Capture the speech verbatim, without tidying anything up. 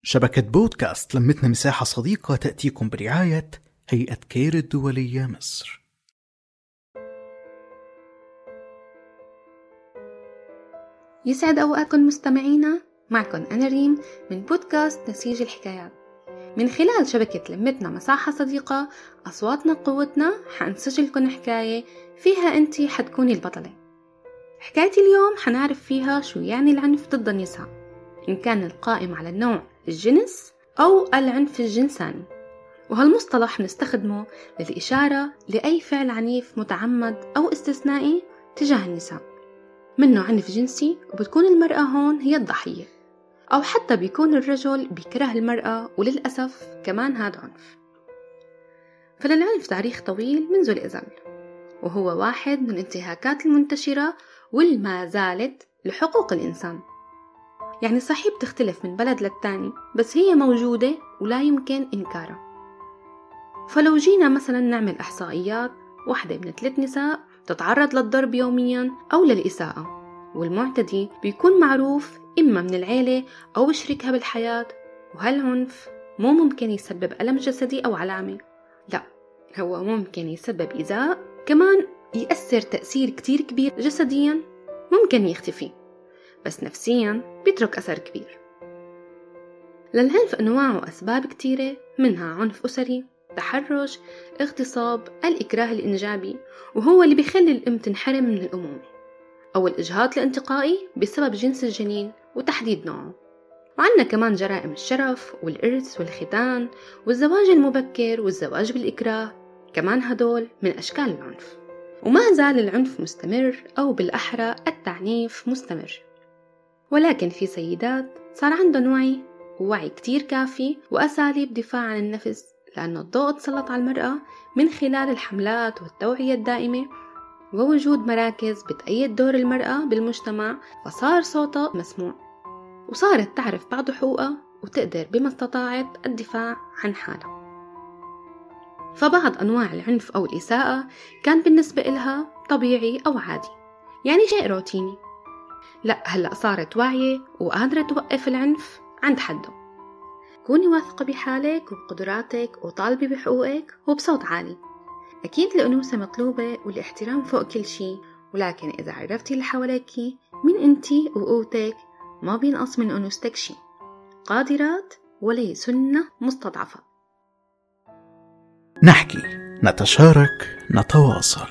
شبكة بودكاست لمتنا مساحة صديقة تأتيكم برعاية هيئة كير الدولية مصر. يسعد أوقاتكم مستمعينا، معكم أنا ريم من بودكاست نسيج الحكايات. من خلال شبكة لمتنا مساحة صديقة أصواتنا قوتنا، حنسجل لكم حكاية فيها أنتي حتكوني البطلة. حكايتي اليوم حنعرف فيها شو يعني العنف ضد النساء، إن كان القائم على النوع الجنس أو العنف الجنساني، وهالمصطلح نستخدمه للإشارة لأي فعل عنيف متعمد أو استثنائي تجاه النساء، منه عنف جنسي وبتكون المرأة هون هي الضحية، أو حتى بيكون الرجل بيكره المرأة وللأسف كمان هذا عنف. فللعنف تاريخ طويل منذ الأزل، وهو واحد من الانتهاكات المنتشرة والما زالت لحقوق الإنسان. يعني صحيح بتختلف من بلد للتاني، بس هي موجودة ولا يمكن إنكارها. فلو جينا مثلا نعمل إحصائيات، واحدة من ثلاث نساء تتعرض للضرب يوميا أو للإساءة، والمعتدي بيكون معروف إما من العيلة أو شريكها بالحياة. وهالعنف مو ممكن يسبب ألم جسدي أو علامة، لا، هو ممكن يسبب إيذاء، كمان يأثر تأثير كتير كبير. جسديا ممكن يختفي، بس نفسيا بيترك أثر كبير. للعنف أنواع وأسباب كتيرة، منها عنف أسري، تحرش، اغتصاب، الإكراه الإنجابي وهو اللي بيخلي الأم تنحرم من الأمومة، أو الإجهاض الانتقائي بسبب جنس الجنين وتحديد نوعه. وعندنا كمان جرائم الشرف والإرث والختان والزواج المبكر والزواج بالإكراه، كمان هدول من أشكال العنف. وما زال العنف مستمر، أو بالأحرى التعنيف مستمر، ولكن في سيدات صار عندهم وعي ووعي كتير كافي وأساليب دفاع عن النفس، لأن الضوء تسلط على المرأة من خلال الحملات والتوعية الدائمة ووجود مراكز بتأيد دور المرأة بالمجتمع، فصار صوتها مسموع وصارت تعرف بعض حقوقها وتقدر بما استطاعت الدفاع عن حالها. فبعض أنواع العنف أو الإساءة كان بالنسبة إلها طبيعي أو عادي، يعني شيء روتيني. لا، هلأ صارت واعية وقادرة توقف العنف عند حده. كوني واثقة بحالك وبقدراتك وطالبي بحقوقك وبصوت عالي. أكيد الأنوثة مطلوبة والاحترام فوق كل شيء، ولكن إذا عرفتي اللي حواليكي من أنتي وقوتك، ما بينقص من أنوثتك شيء. قادرات وليسن مستضعفات. نحكي، نتشارك، نتواصل.